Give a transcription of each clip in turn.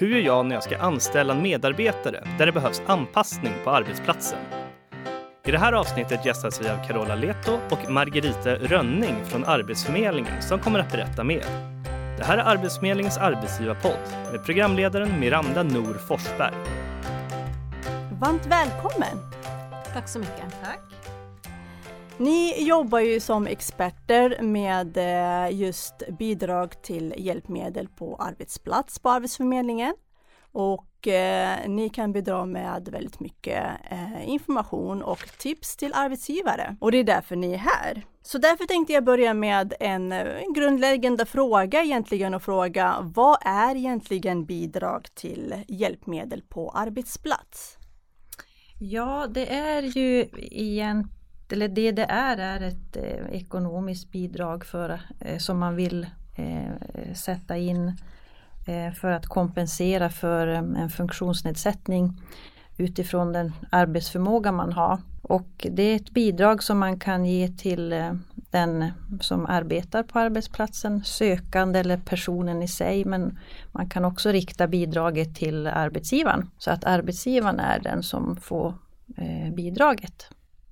Hur gör jag när jag ska anställa en medarbetare där det behövs anpassning på arbetsplatsen? I det här avsnittet gästas vi av Carola Leto och Margarita Rönning från Arbetsförmedlingen som kommer att berätta mer. Det här är Arbetsförmedlingens arbetsgivarpodd med programledaren Miranda Nor Forsberg. Varmt välkommen! Tack så mycket. Tack. Ni jobbar ju som experter med just bidrag till hjälpmedel på arbetsplats på Arbetsförmedlingen. Och ni kan bidra med väldigt mycket information och tips till arbetsgivare. Och det är därför ni är här. Så därför tänkte jag börja med en grundläggande fråga egentligen och fråga: vad är egentligen bidrag till hjälpmedel på arbetsplats? Ja, det är ju det är ett ekonomiskt bidrag som man vill sätta in för att kompensera för en funktionsnedsättning utifrån den arbetsförmåga man har. Och det är ett bidrag som man kan ge till den som arbetar på arbetsplatsen, sökande eller personen i sig, men man kan också rikta bidraget till arbetsgivaren så att arbetsgivaren är den som får bidraget.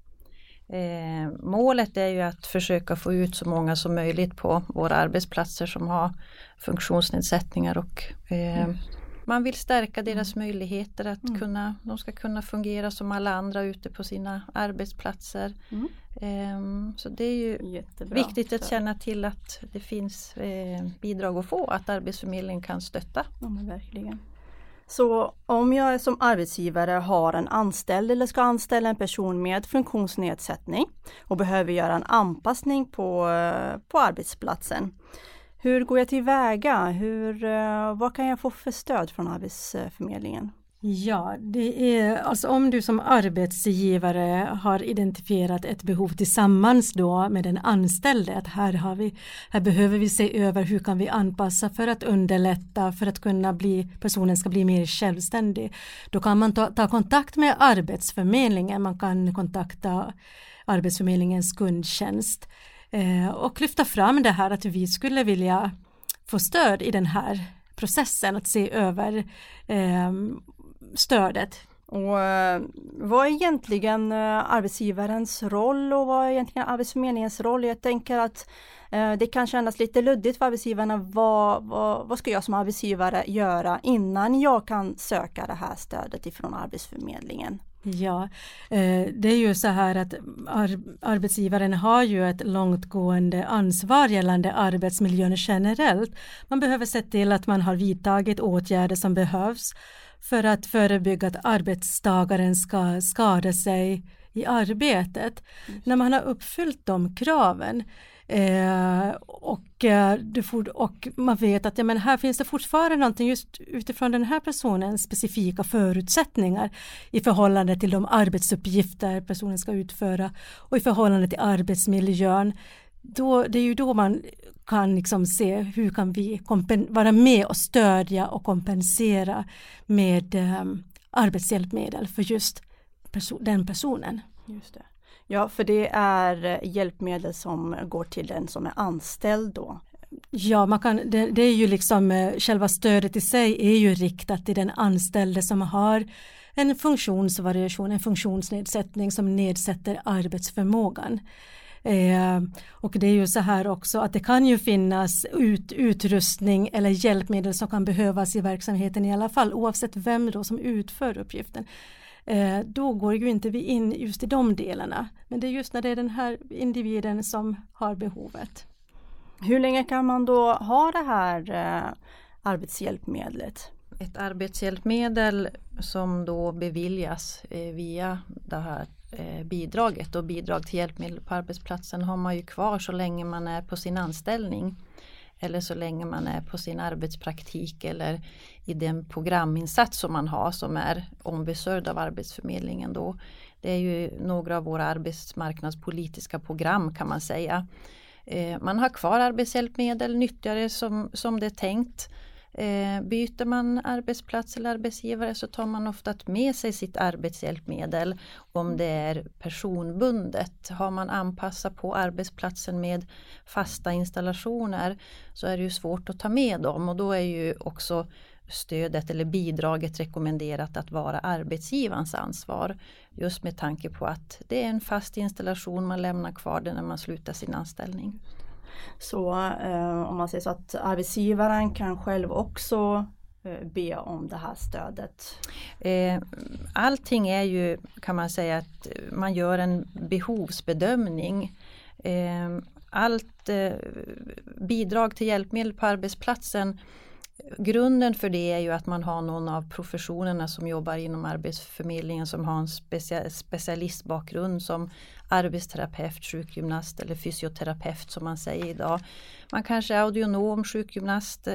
Målet är ju att försöka få ut så många som möjligt på våra arbetsplatser som har funktionsnedsättningar och man vill stärka deras möjligheter att de ska kunna fungera som alla andra ute på sina arbetsplatser. Så det är ju viktigt att känna till att det finns bidrag att få, att Arbetsförmedlingen kan stötta. Ja, men verkligen. Så om jag som arbetsgivare har en anställd eller ska anställa en person med funktionsnedsättning och behöver göra en anpassning på arbetsplatsen. Hur går jag tillväga? Vad kan jag få för stöd från Arbetsförmedlingen? Ja, det är alltså om du som arbetsgivare har identifierat ett behov tillsammans då med den anställde, att här behöver vi se över hur kan vi anpassa för att underlätta för att personen ska bli mer självständig. Då kan man ta kontakt med Arbetsförmedlingen, man kan kontakta Arbetsförmedlingens kundtjänst och lyfta fram det här att vi skulle vilja få stöd i den här processen att se över stödet. Och vad är egentligen arbetsgivarens roll och vad är egentligen Arbetsförmedlingens roll? Jag tänker att det kan kännas lite luddigt för arbetsgivarna. Vad ska jag som arbetsgivare göra innan jag kan söka det här stödet ifrån Arbetsförmedlingen? Ja, det är ju så här att arbetsgivaren har ju ett långtgående ansvar gällande arbetsmiljön generellt. Man behöver se till att man har vidtagit åtgärder som behövs för att förebygga att arbetstagaren ska skada sig i arbetet. När man har uppfyllt de kraven och man vet att här finns det fortfarande någonting just utifrån den här personens specifika förutsättningar i förhållande till de arbetsuppgifter personen ska utföra och i förhållande till arbetsmiljön. Det är ju då man kan liksom se hur kan vi vara med och stödja och kompensera med arbetshjälpmedel för just den personen. Just det. Ja, för det är hjälpmedel som går till den som är anställd då. Ja, det är ju liksom själva stödet i sig är ju riktat till den anställde som har en funktionsvariation, en funktionsnedsättning som nedsätter arbetsförmågan. Och det är ju så här också att det kan ju finnas utrustning eller hjälpmedel som kan behövas i verksamheten i alla fall, oavsett vem då som utför uppgiften. Då går ju inte vi in just i de delarna. Men det är just när det är den här individen som har behovet. Hur länge kan man då ha det här arbetshjälpmedlet? Ett arbetshjälpmedel som då beviljas via det här bidraget och bidrag till hjälpmedel på arbetsplatsen har man ju kvar så länge man är på sin anställning eller så länge man är på sin arbetspraktik eller i den programinsats som man har som är ombesörjd av Arbetsförmedlingen då. Det är ju några av våra arbetsmarknadspolitiska program kan man säga. Man har kvar arbetshjälpmedel, nyttjar det som det är tänkt. Byter man arbetsplats eller arbetsgivare så tar man ofta med sig sitt arbetshjälpmedel om det är personbundet. Har man anpassat på arbetsplatsen med fasta installationer så är det ju svårt att ta med dem och då är ju också stödet eller bidraget rekommenderat att vara arbetsgivarens ansvar. Just med tanke på att det är en fast installation, man lämnar kvar det när man slutar sin anställning. Så om man säger så att arbetsgivaren kan själv också be om det här stödet? Allting är ju, kan man säga, att man gör en behovsbedömning. Allt bidrag till hjälpmedel på arbetsplatsen, grunden för det är ju att man har någon av professionerna som jobbar inom arbetsförmedlingen som har en specialistbakgrund som arbetsterapeut, sjukgymnast eller fysioterapeut som man säger idag. Man kanske är audionom, sjukgymnast,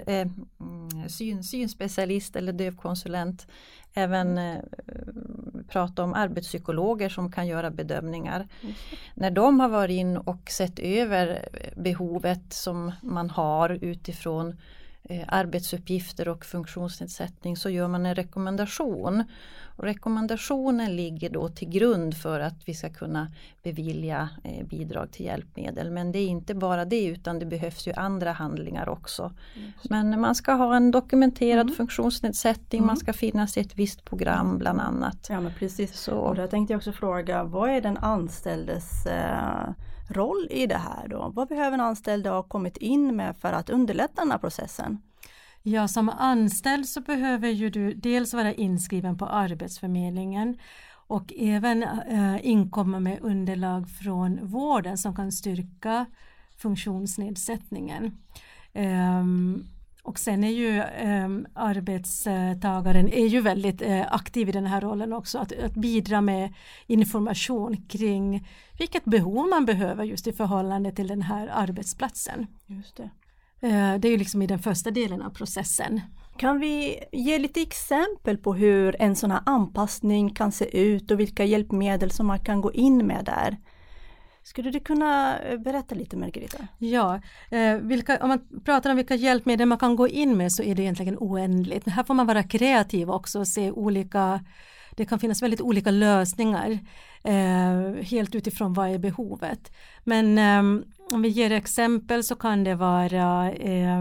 synspecialist eller dövkonsulent. Även prata om arbetspsykologer som kan göra bedömningar. När de har varit in och sett över behovet som man har utifrån arbetsuppgifter och funktionsnedsättning så gör man en rekommendation. Och rekommendationen ligger då till grund för att vi ska kunna bevilja bidrag till hjälpmedel. Men det är inte bara det utan det behövs ju andra handlingar också. Men man ska ha en dokumenterad funktionsnedsättning, man ska finnas i ett visst program bland annat. Ja men precis. Så. Och där tänkte jag också fråga, vad är den anställdes roll i det här då? Vad behöver en anställd ha kommit in med för att underlätta den här processen? Ja, som anställd så behöver ju du dels vara inskriven på Arbetsförmedlingen och även inkomma med underlag från vården som kan styrka funktionsnedsättningen. Och sen är ju arbetstagaren är ju väldigt aktiv i den här rollen också, att bidra med information kring vilket behov man behöver just i förhållande till den här arbetsplatsen. Just det. Det är ju liksom i den första delen av processen. Kan vi ge lite exempel på hur en sån här anpassning kan se ut och vilka hjälpmedel som man kan gå in med där? Skulle du kunna berätta lite, Margarita? Ja, om man pratar om vilka hjälpmedel man kan gå in med så är det egentligen oändligt. Här får man vara kreativ också och se det kan finnas väldigt olika lösningar helt utifrån vad är behovet. Men om vi ger exempel så kan det vara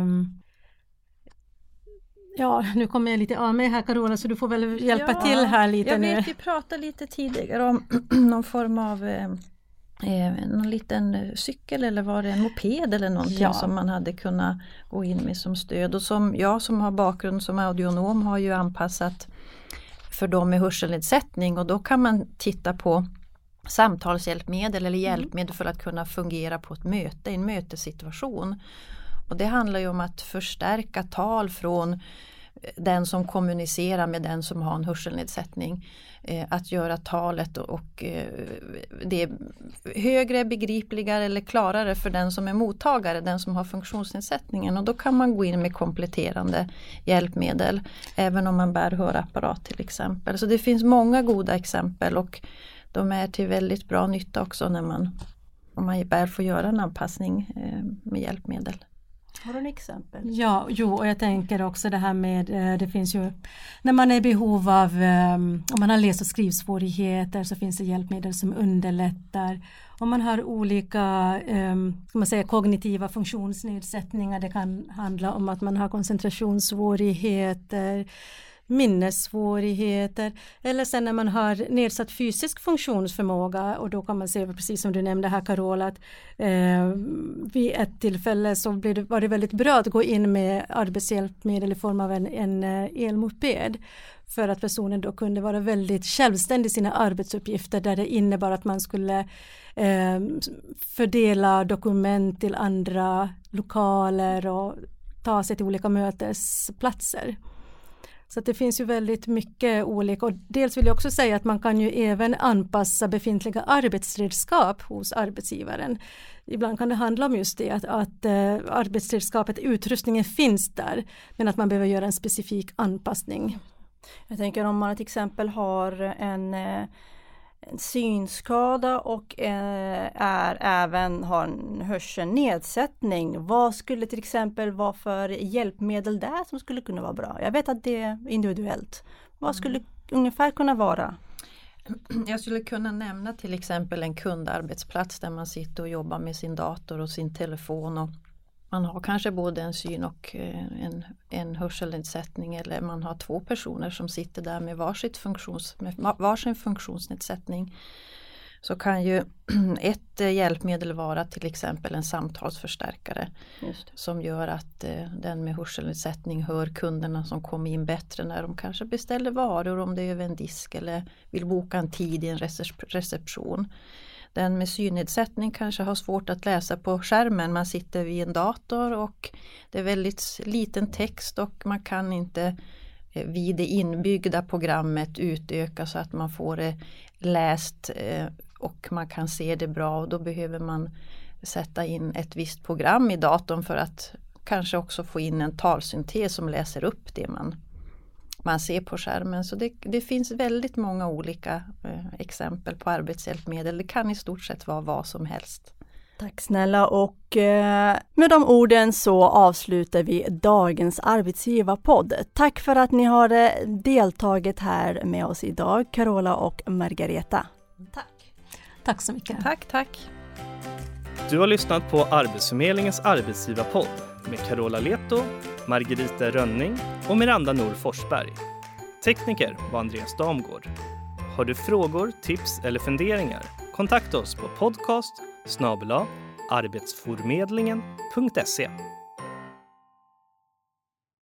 nu kommer jag lite av mig här Carola så du får väl hjälpa till här lite nu. Jag vet, vi pratade lite tidigare om någon form av någon liten cykel eller var det en moped eller någonting som man hade kunnat gå in med som stöd. Och som jag som har bakgrund som audionom har ju anpassat för dem med hörselnedsättning och då kan man titta på samtalshjälpmedel eller hjälpmedel för att kunna fungera på ett möte, en mötessituation. Och det handlar ju om att förstärka tal från den som kommunicerar med den som har en hörselnedsättning. Att göra talet och det är högre, begripligare eller klarare för den som är mottagare, den som har funktionsnedsättningen. Och då kan man gå in med kompletterande hjälpmedel, även om man bär hörapparat till exempel. Så det finns många goda exempel och de är till väldigt bra nytta också om man väl får göra en anpassning med hjälpmedel. Har du en exempel? Ja, och jag tänker också det här med, det finns ju, när man är i behov av, om man har läs- och skrivsvårigheter så finns det hjälpmedel som underlättar. Om man har olika kognitiva funktionsnedsättningar, det kan handla om att man har koncentrationssvårigheter, minnessvårigheter eller sen när man har nedsatt fysisk funktionsförmåga och då kan man se, precis som du nämnde här Carola, att vid ett tillfälle så var det väldigt bra att gå in med arbetshjälpmedel i form av en elmoped för att personen då kunde vara väldigt självständig i sina arbetsuppgifter där det innebar att man skulle fördela dokument till andra lokaler och ta sig till olika mötesplatser. Så att det finns ju väldigt mycket olika och dels vill jag också säga att man kan ju även anpassa befintliga arbetsredskap hos arbetsgivaren. Ibland kan det handla om just det att arbetsredskapet, utrustningen finns där men att man behöver göra en specifik anpassning. Jag tänker om man till exempel har en synskada och även har en hörselnedsättning. Vad skulle till exempel vara för hjälpmedel där som skulle kunna vara bra? Jag vet att det är individuellt. Vad skulle ungefär kunna vara? Jag skulle kunna nämna till exempel en kundarbetsplats där man sitter och jobbar med sin dator och sin telefon och man har kanske både en syn och en hörselnedsättning, eller man har 2 personer som sitter där med varsin funktionsnedsättning, så kan ju ett hjälpmedel vara till exempel en samtalsförstärkare som gör att den med hörselnedsättning hör kunderna som kommer in bättre när de kanske beställer varor, om det är över en disk eller vill boka en tid i en reception. Den med synnedsättning kanske har svårt att läsa på skärmen. Man sitter vid en dator och det är väldigt liten text och man kan inte vid det inbyggda programmet utöka så att man får det läst och man kan se det bra, och då behöver man sätta in ett visst program i datorn för att kanske också få in en talsyntes som läser upp det man ser på skärmen. Så det finns väldigt många olika exempel på arbetshjälpmedel. Det kan i stort sett vara vad som helst. Tack snälla, och med de orden så avslutar vi dagens arbetsgivarpodd. Tack för att ni har deltagit här med oss idag, Carola och Margareta. Tack. Tack så mycket. Tack. Du har lyssnat på Arbetsförmedlingens arbetsgivarpodd med Carola Leto, Margarita Rönning och Miranda Nor Forsberg. Tekniker var Andreas Damgård. Har du frågor, tips eller funderingar? Kontakta oss på podcast@arbetsförmedlingen.se.